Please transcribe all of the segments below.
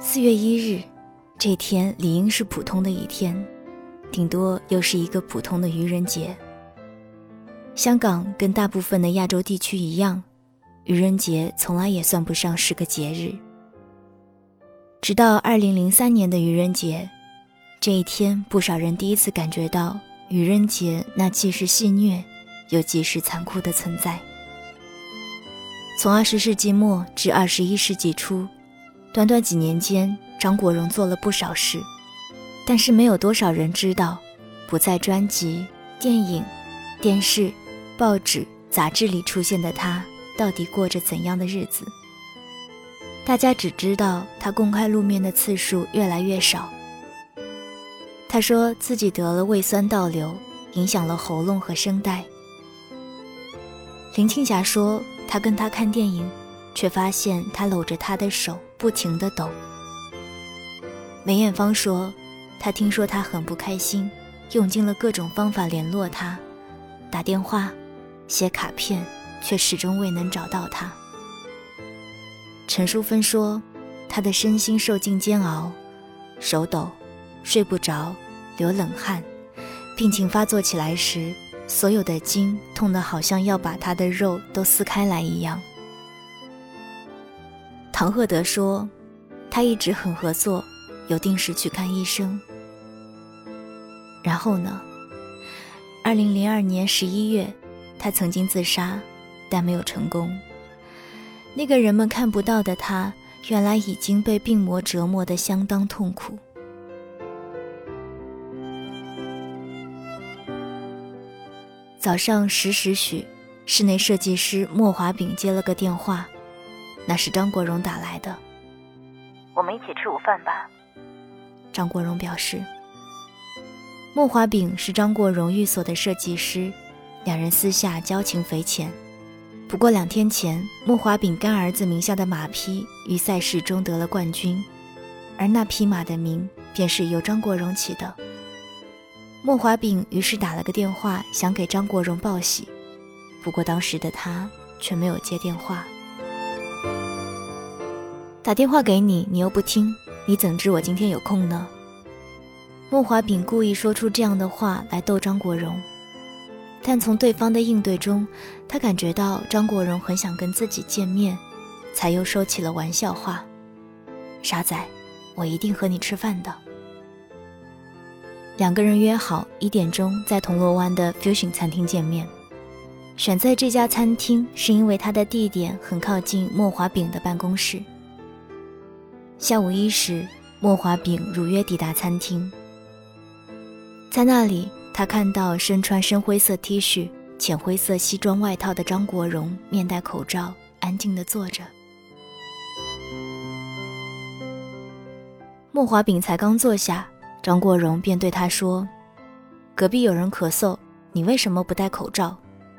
4月1日，这天理应是普通的一天，顶多又是一个普通的愚人节。香港跟大部分的亚洲地区一样，愚人节从来也算不上是个节日。直到2003年的愚人节，这一天不少人第一次感觉到愚人节那既是戏谑又既是残酷的存在。从20世纪末至21世纪初，短短几年间，张国荣做了不少事，但是没有多少人知道，不在专辑、电影、电视、报纸、杂志里出现的他到底过着怎样的日子。大家只知道他公开露面的次数越来越少。他说自己得了胃酸倒流，影响了喉咙和声带。林青霞说他跟他看电影，却发现他搂着他的手不停地抖。梅艳芳说他听说他很不开心，用尽了各种方法联络他，打电话、写卡片，却始终未能找到他。陈淑芬说他的身心受尽煎熬，手抖，睡不着，流冷汗，病情发作起来时，所有的筋痛得好像要把他的肉都撕开来一样。唐鹤德说他一直很合作，有定时去看医生。然后呢，2002年11月，他曾经自杀，但没有成功。那个人们看不到的他，原来已经被病魔折磨得相当痛苦。早上10时许，室内设计师莫华炳接了个电话，那是张国荣打来的。 我们一起吃午饭吧， 张国荣表示。莫华炳是张国荣寓所的设计师，两人私下交情匪浅。不过2天前，莫华炳干儿子名下的马匹于赛事中得了冠军，而那匹马的名便是由张国荣起的。莫华炳于是打了个电话，想给张国荣报喜，不过当时的他却没有接电话。打电话给你，你又不听，你怎知我今天有空呢？莫华炳故意说出这样的话来逗张国荣，但从对方的应对中，他感觉到张国荣很想跟自己见面，才又说起了玩笑话。傻仔，我一定和你吃饭的。2个人约好1点钟在铜锣湾的 Fusion 餐厅见面。选在这家餐厅是因为它的地点很靠近莫华炳的办公室。下午1时，莫华炳如约抵达餐厅。在那里，他看到身穿深灰色 T 恤、浅灰色西装外套的张国荣面戴口罩，安静地坐着。莫华炳才刚坐下，张国荣便对他说：“隔壁有人咳嗽，你为什么不戴口罩？”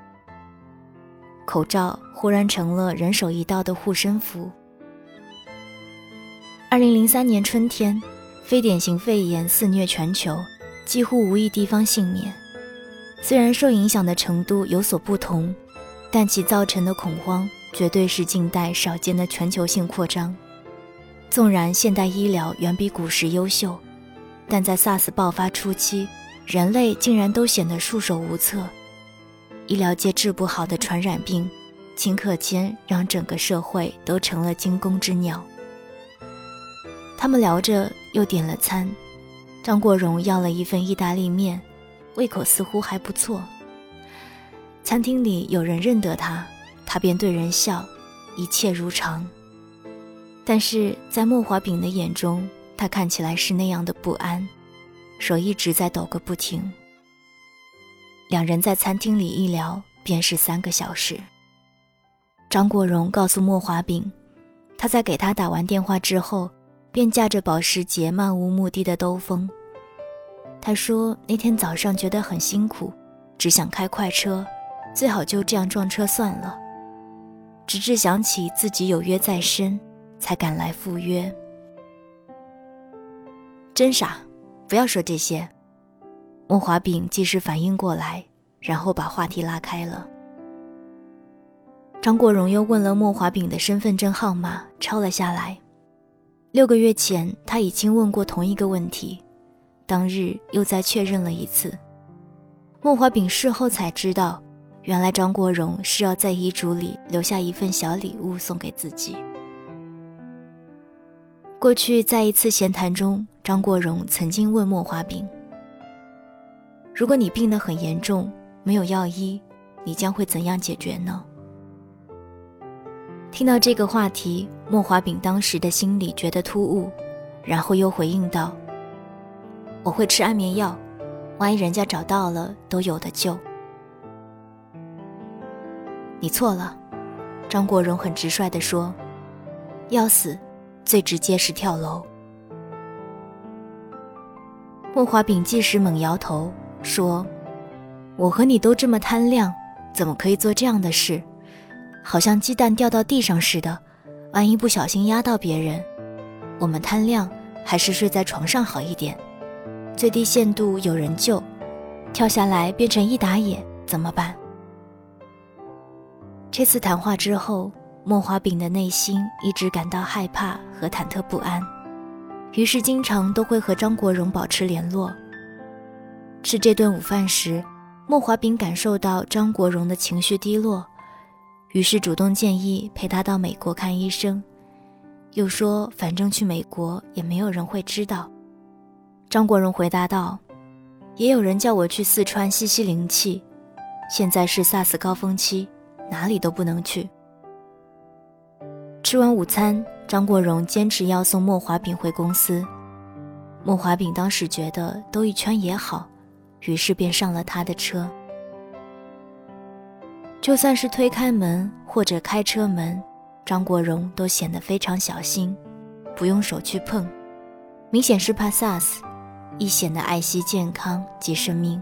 口罩忽然成了人手一道的护身符。2003年春天，非典型肺炎肆虐全球，几乎无一地方幸免。虽然受影响的程度有所不同，但其造成的恐慌绝对是近代少见的全球性扩张。纵然现代医疗远比古时优秀，但在 SARS 爆发初期，人类竟然都显得束手无策。医疗界治不好的传染病，顷刻间让整个社会都成了惊弓之鸟。他们聊着又点了餐，张国荣要了一份意大利面，胃口似乎还不错。餐厅里有人认得他，他便对人笑，一切如常。但是在莫华炳的眼中，他看起来是那样的不安，手一直在抖个不停。2人在餐厅里一聊便是3个小时。张国荣告诉莫华炳，他在给他打完电话之后，便驾着保时捷漫无目的的兜风。他说那天早上觉得很辛苦，只想开快车，最好就这样撞车算了。直至想起自己有约在身，才赶来赴约。真傻，不要说这些。莫华炳及时反应过来，然后把话题拉开了。张国荣又问了莫华炳的身份证号码，抄了下来。 6个月前他已经问过同一个问题，当日又再确认了一次。莫华炳事后才知道，原来张国荣是要在遗嘱里留下一份小礼物送给自己。过去在一次闲谈中，张国荣曾经问莫华炳，如果你病得很严重，没有药医，你将会怎样解决呢？听到这个话题，莫华炳当时的心里觉得突兀，然后又回应道，我会吃安眠药，万一人家找到了都有的救。你错了，张国荣很直率地说，要死最直接是跳楼。莫华炳即时猛摇头说，我和你都这么贪亮，怎么可以做这样的事？好像鸡蛋掉到地上似的，万一不小心压到别人，我们贪亮还是睡在床上好一点，最低限度有人救，跳下来变成一打野怎么办？这次谈话之后，莫华炳的内心一直感到害怕和忐忑不安，于是经常都会和张国荣保持联络。吃这顿午饭时，莫华炳感受到张国荣的情绪低落，于是主动建议陪他到美国看医生，又说反正去美国也没有人会知道。张国荣回答道，也有人叫我去四川吸灵气，现在是 SARS 高峰期，哪里都不能去。吃完午餐，张国荣坚持要送莫华炳回公司。莫华炳当时觉得兜一圈也好，于是便上了他的车。就算是推开门或者开车门，张国荣都显得非常小心，不用手去碰，明显是怕 SARS， 亦显得爱惜健康及生命。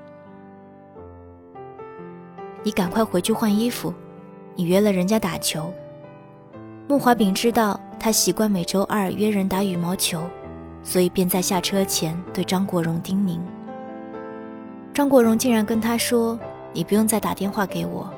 你赶快回去换衣服，你约了人家打球。莫华炳知道他习惯每周二约人打羽毛球，所以便在下车前对张国荣叮咛。张国荣竟然跟他说，你不用再打电话给我，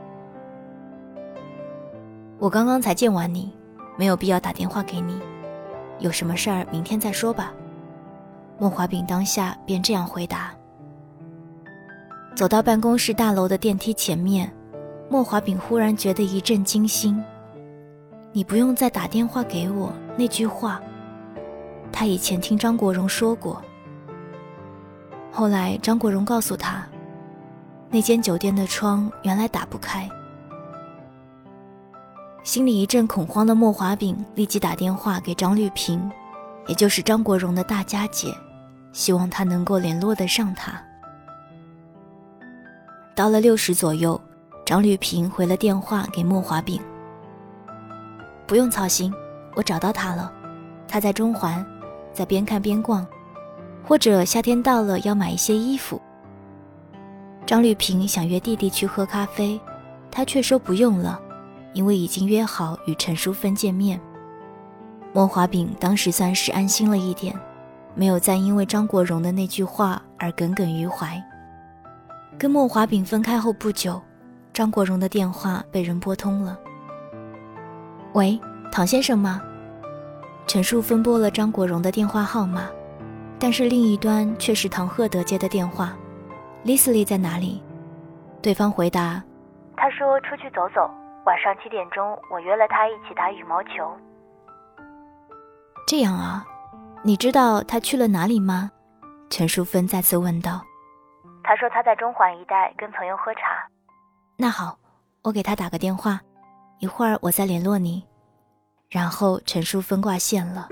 我刚刚才见完你，没有必要打电话给你，有什么事儿明天再说吧。莫华炳当下便这样回答。走到办公室大楼的电梯前面，莫华炳忽然觉得一阵惊心，你不用再打电话给我，那句话他以前听张国荣说过。后来张国荣告诉他，那间酒店的窗原来打不开。心里一阵恐慌的莫华炳立即打电话给张绿萍，也就是张国荣的大家姐，希望她能够联络得上他。到了6时左右，张绿萍回了电话给莫华炳，不用操心，我找到他了，他在中环，在边看边逛，或者夏天到了要买一些衣服。张绿萍想约弟弟去喝咖啡，他却说不用了，因为已经约好与陈淑芬见面。莫华炳当时算是安心了一点，没有再因为张国荣的那句话而耿耿于怀。跟莫华炳分开后不久，张国荣的电话被人拨通了。喂，唐先生吗？陈淑芬拨了张国荣的电话号码，但是另一端却是唐鹤德接的电话。Leslie 在哪里？对方回答， 他说出去走走，晚上7点钟我约了他一起打羽毛球。 这样啊，你知道他去了哪里吗？陈淑芬再次问道。 他说他在中环一带跟朋友喝茶。 那好，我给他打个电话，一会儿我再联络你。然后陈淑芬挂线了。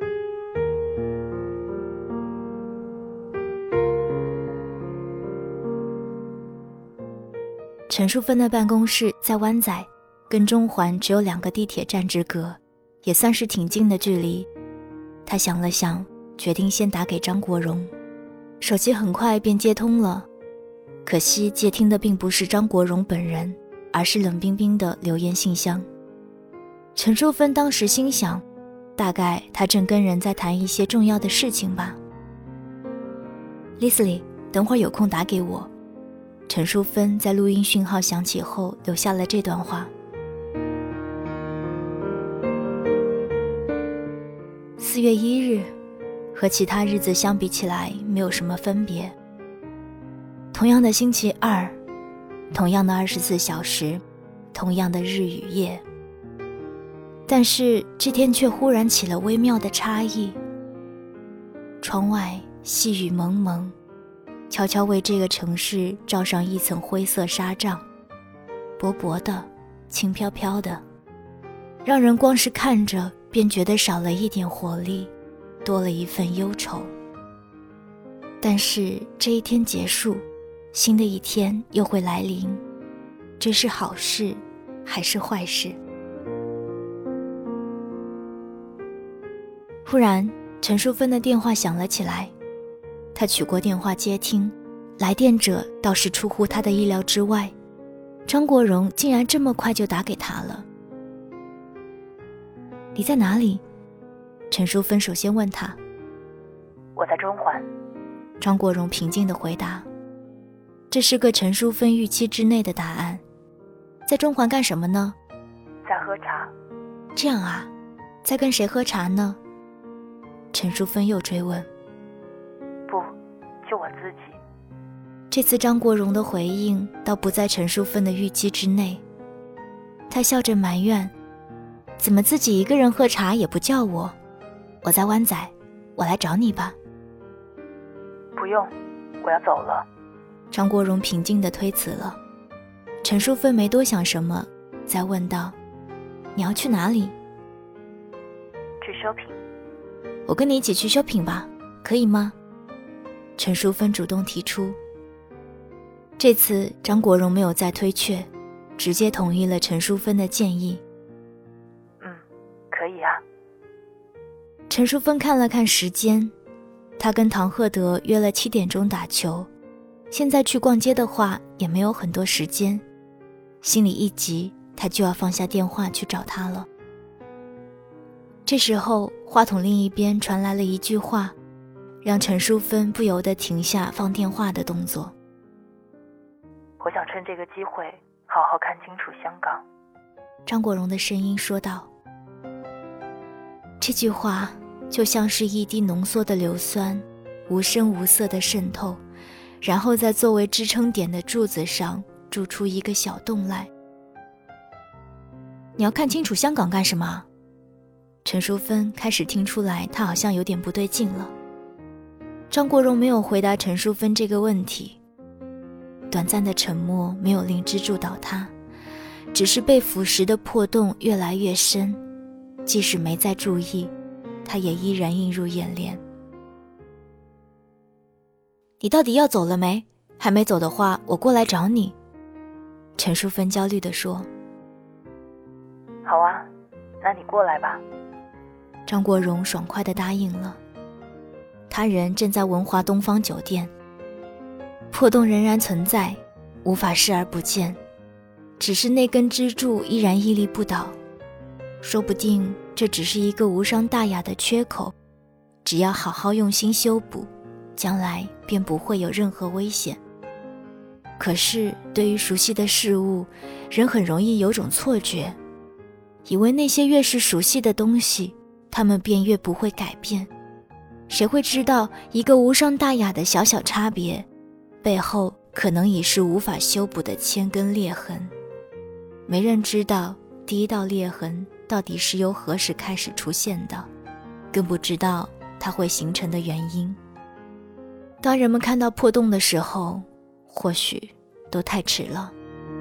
陈淑芬的办公室在湾仔，跟中环只有2个地铁站之隔，也算是挺近的距离。他想了想，决定先打给张国荣。手机很快便接通了，可惜接听的并不是张国荣本人，而是冷冰冰的留言信箱。陈淑芬当时心想，大概他正跟人在谈一些重要的事情吧。Leslie， 等会儿有空打给我。陈淑芬在录音讯号响起后留下了这段话。 4月1日和其他日子相比起来没有什么分别。同样的星期二，同样的24小时，同样的日与夜，但是这天却忽然起了微妙的差异。窗外细雨蒙蒙，悄悄为这个城市罩上一层灰色纱帐，薄薄的，轻飘飘的，让人光是看着便觉得少了一点活力，多了一份忧愁。但是这一天结束，新的一天又会来临，这是好事还是坏事？忽然陈淑芬的电话响了起来，她取过电话接听，来电者倒是出乎她的意料之外，张国荣竟然这么快就打给她了。你在哪里？陈淑芬首先问他。 我在中环。 张国荣平静地回答，这是个陈淑芬预期之内的答案。在中环干什么呢？ 在喝茶。 这样啊，在跟谁喝茶呢？陈淑芬又追问。 不，就我自己。 这次张国荣的回应倒不在陈淑芬的预期之内，他笑着埋怨，怎么自己一个人喝茶也不叫我？我在湾仔，我来找你吧。 不用，我要走了。 张国荣平静地推辞了。陈淑芬没多想什么，再问道，你要去哪里？ 去 shopping。 我跟你一起去 shopping 吧，可以吗？陈淑芬主动提出。这次张国荣没有再推却，直接同意了陈淑芬的建议。 可以啊。 陈淑芬看了看时间，她跟唐鹤德约了7点钟打球，现在去逛街的话也没有很多时间，心里一急，她就要放下电话去找他了。这时候话筒另一边传来了一句话，让陈淑芬不由得停下放电话的动作。 我想趁这个机会好好看清楚香港。 张国荣的声音说道。这句话就像是一滴浓缩的硫酸，无声无色地渗透，然后在作为支撑点的柱子上筑出一个小洞来。你要看清楚香港干什么？陈淑芬开始听出来他好像有点不对劲了。张国荣没有回答陈淑芬这个问题，短暂的沉默没有令支柱倒塌，只是被腐蚀的破洞越来越深，即使没再注意，它也依然映入眼帘。你到底要走了没？还没走的话，我过来找你。陈淑芬焦虑地说。 好啊，那你过来吧。 张国荣爽快地答应了。他人正在文华东方酒店，破洞仍然存在，无法视而不见，只是那根支柱依然屹立不倒。说不定这只是一个无伤大雅的缺口，只要好好用心修补，将来便不会有任何危险。可是对于熟悉的事物，人很容易有种错觉，以为那些越是熟悉的东西，它们便越不会改变。谁会知道一个无伤大雅的小小差别，背后可能已是无法修补的千根裂痕。没人知道第一道裂痕到底是由何时开始出现的，更不知道它会形成的原因。当人们看到破洞的时候，或许都太迟了。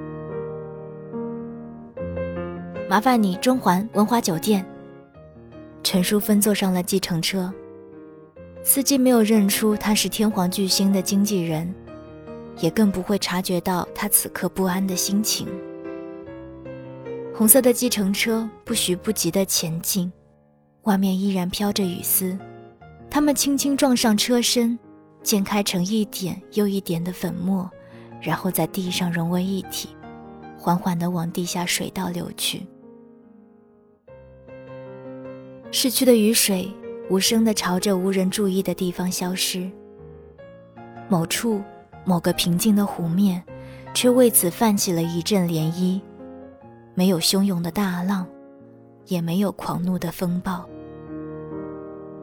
麻烦你中环文华酒店。陈淑芬坐上了计程车，司机没有认出他是天皇巨星的经纪人，也更不会察觉到他此刻不安的心情。红色的计程车不徐不急地前进，外面依然飘着雨丝，它们轻轻撞上车身，溅开成一点又一点的粉末，然后在地上融为一体，缓缓地往地下水道流去。逝去的雨水无声地朝着无人注意的地方消失，某处某个平静的湖面却为此泛起了一阵涟漪，没有汹涌的大浪，也没有狂怒的风暴。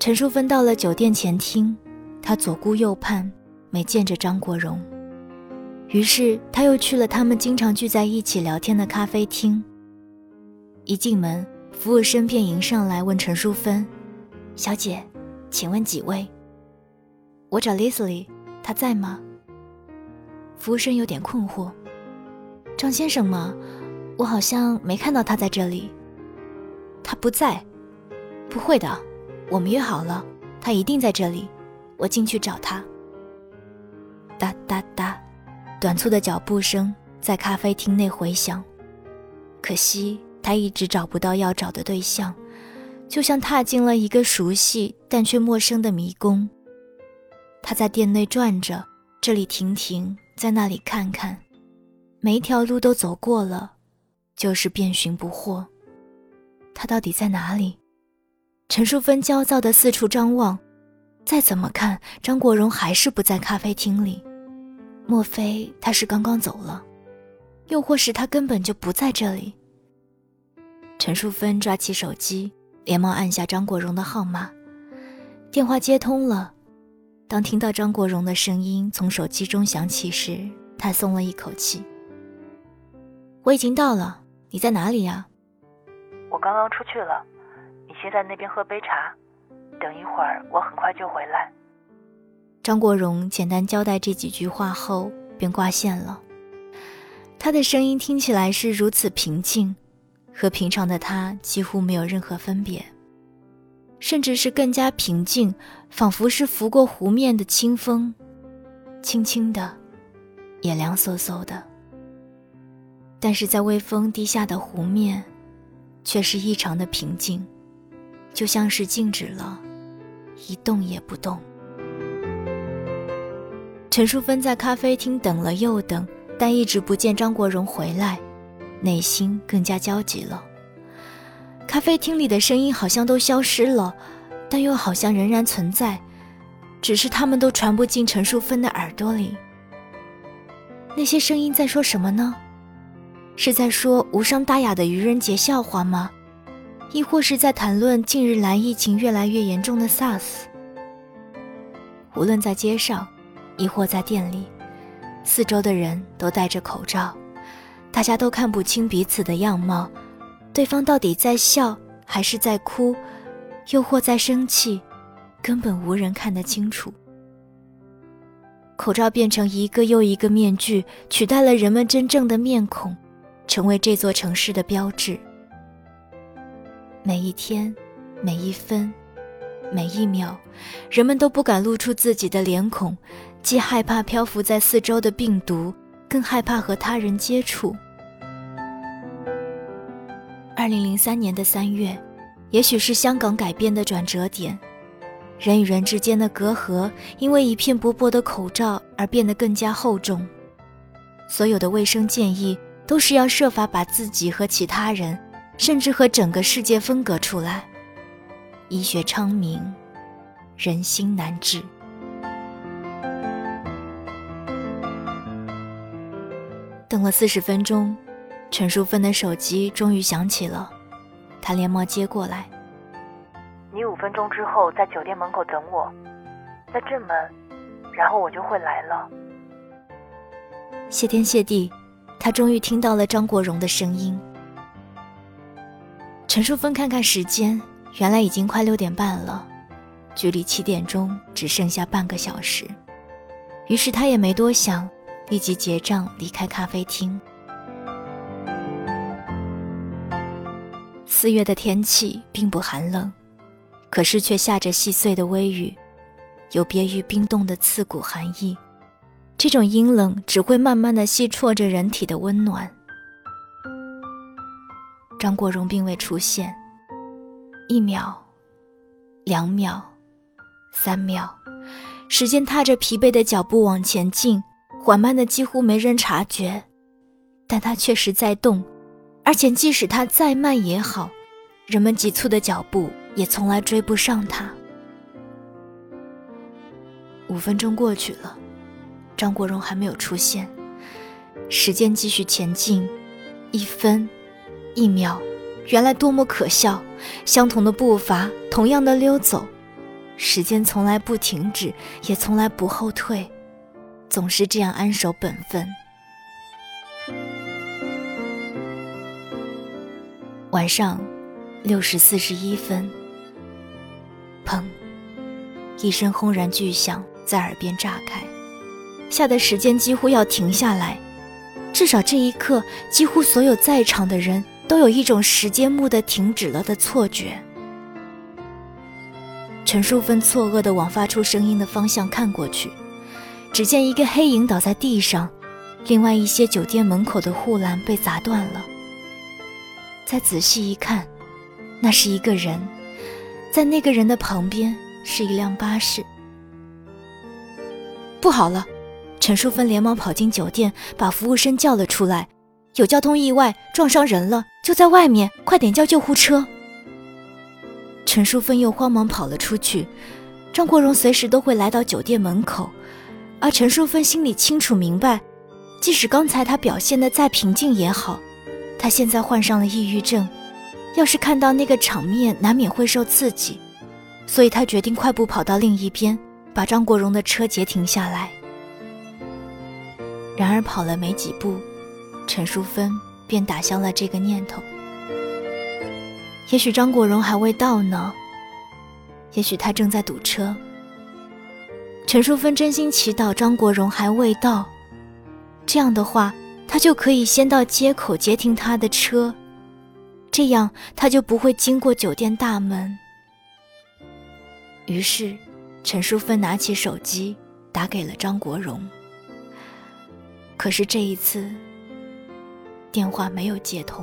陈淑芬到了酒店前厅，她左顾右盼，没见着张国荣。于是她又去了他们经常聚在一起聊天的咖啡厅。一进门，服务生便迎上来问陈淑芬：小姐，请问几位？我找 Leslie， 她在吗？服务生有点困惑。张先生吗？我好像没看到他在这里。他不在。不会的，我们约好了，他一定在这里，我进去找他。哒哒哒，短促的脚步声在咖啡厅内回响。可惜他一直找不到要找的对象，就像踏进了一个熟悉但却陌生的迷宫。他在店内转着，这里停停，在那里看看，每一条路都走过了，就是遍寻不获。他到底在哪里？陈淑芬焦躁地四处张望，再怎么看，张国荣还是不在咖啡厅里。莫非他是刚刚走了？又或是他根本就不在这里？陈淑芬抓起手机，连忙按下张国荣的号码。电话接通了。当听到张国荣的声音从手机中响起时，他松了一口气。我已经到了，你在哪里呀？ 我刚刚出去了，你先在那边喝杯茶，等一会儿我很快就回来。 张国荣简单交代这几句话后便挂线了。他的声音听起来是如此平静，和平常的他几乎没有任何分别，甚至是更加平静，仿佛是拂过湖面的清风，轻轻的，也凉飕飕的。但是在微风低下的湖面，却是异常的平静，就像是静止了，一动也不动。陈淑芬在咖啡厅等了又等，但一直不见张国荣回来，内心更加焦急了。咖啡厅里的声音好像都消失了，但又好像仍然存在，只是他们都传不进陈淑芬的耳朵里。那些声音在说什么呢？是在说无伤大雅的愚人节笑话吗？亦或是在谈论近日来疫情越来越严重的 SARS？ 无论在街上，亦或在店里，四周的人都戴着口罩，大家都看不清彼此的样貌，对方到底在笑还是在哭，又或在生气，根本无人看得清楚。口罩变成一个又一个面具，取代了人们真正的面孔，成为这座城市的标志。每一天，每一分，每一秒，人们都不敢露出自己的脸孔，既害怕漂浮在四周的病毒，更害怕和他人接触。2003年的3月，也许是香港改变的转折点，人与人之间的隔阂因为一片薄薄的口罩而变得更加厚重。所有的卫生建议都是要设法把自己和其他人，甚至和整个世界分隔出来。医学昌明，人心难治。等了40分钟，陈淑芬的手机终于响起了，她连忙接过来。 你5分钟之后在酒店门口等我，在正门，然后我就会来了。 谢天谢地，她终于听到了张国荣的声音。陈淑芬看看时间，原来已经快6点半了，距离7点钟只剩下半个小时。于是她也没多想，立即结账离开咖啡厅。4月的天气并不寒冷，可是却下着细碎的微雨，有别于冰冻的刺骨寒意。这种阴冷只会慢慢地吸啜着人体的温暖。张国荣并未出现，1秒，2秒，3秒，时间踏着疲惫的脚步往前进，缓慢的几乎没人察觉，但他确实在动，而且即使他再慢也好，人们急促的脚步也从来追不上他。5分钟过去了，张国荣还没有出现，时间继续前进，1分，1秒，原来多么可笑，相同的步伐，同样的溜走， 时间从来不停止，也从来不后退，总是这样安守本分。晚上6时41分，砰，一声轰然巨响在耳边炸开，吓得时间几乎要停下来。至少这一刻，几乎所有在场的人都有一种时间蓦地停止了的错觉。陈淑芬错愕地往发出声音的方向看过去，只见一个黑影倒在地上，另外一些酒店门口的护栏被砸断了。再仔细一看，那是一个人，在那个人的旁边是一辆巴士。不好了！陈淑芬连忙跑进酒店，把服务生叫了出来，有交通意外，撞伤人了，就在外面，快点叫救护车。陈淑芬又慌忙跑了出去，张国荣随时都会来到酒店门口，而陈淑芬心里清楚明白，即使刚才他表现得再平静也好，他现在患上了抑郁症，要是看到那个场面难免会受刺激，所以他决定快步跑到另一边，把张国荣的车截停下来。然而跑了没几步，陈淑芬便打消了这个念头。也许张国荣还未到呢，也许他正在堵车。陈淑芬真心祈祷张国荣还未到，这样的话，他就可以先到街口截停他的车，这样他就不会经过酒店大门。于是，陈淑芬拿起手机打给了张国荣。可是这一次，电话没有接通。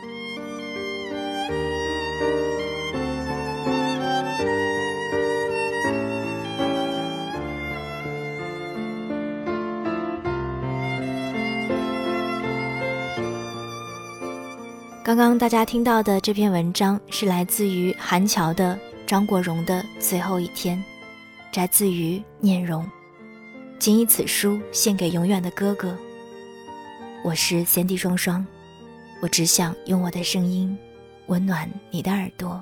刚刚大家听到的这篇文章是来自于韩乔的《张国荣的最后一天》，摘自于念荣。谨以此书献给永远的哥哥。我是贤弟双双，我只想用我的声音温暖你的耳朵。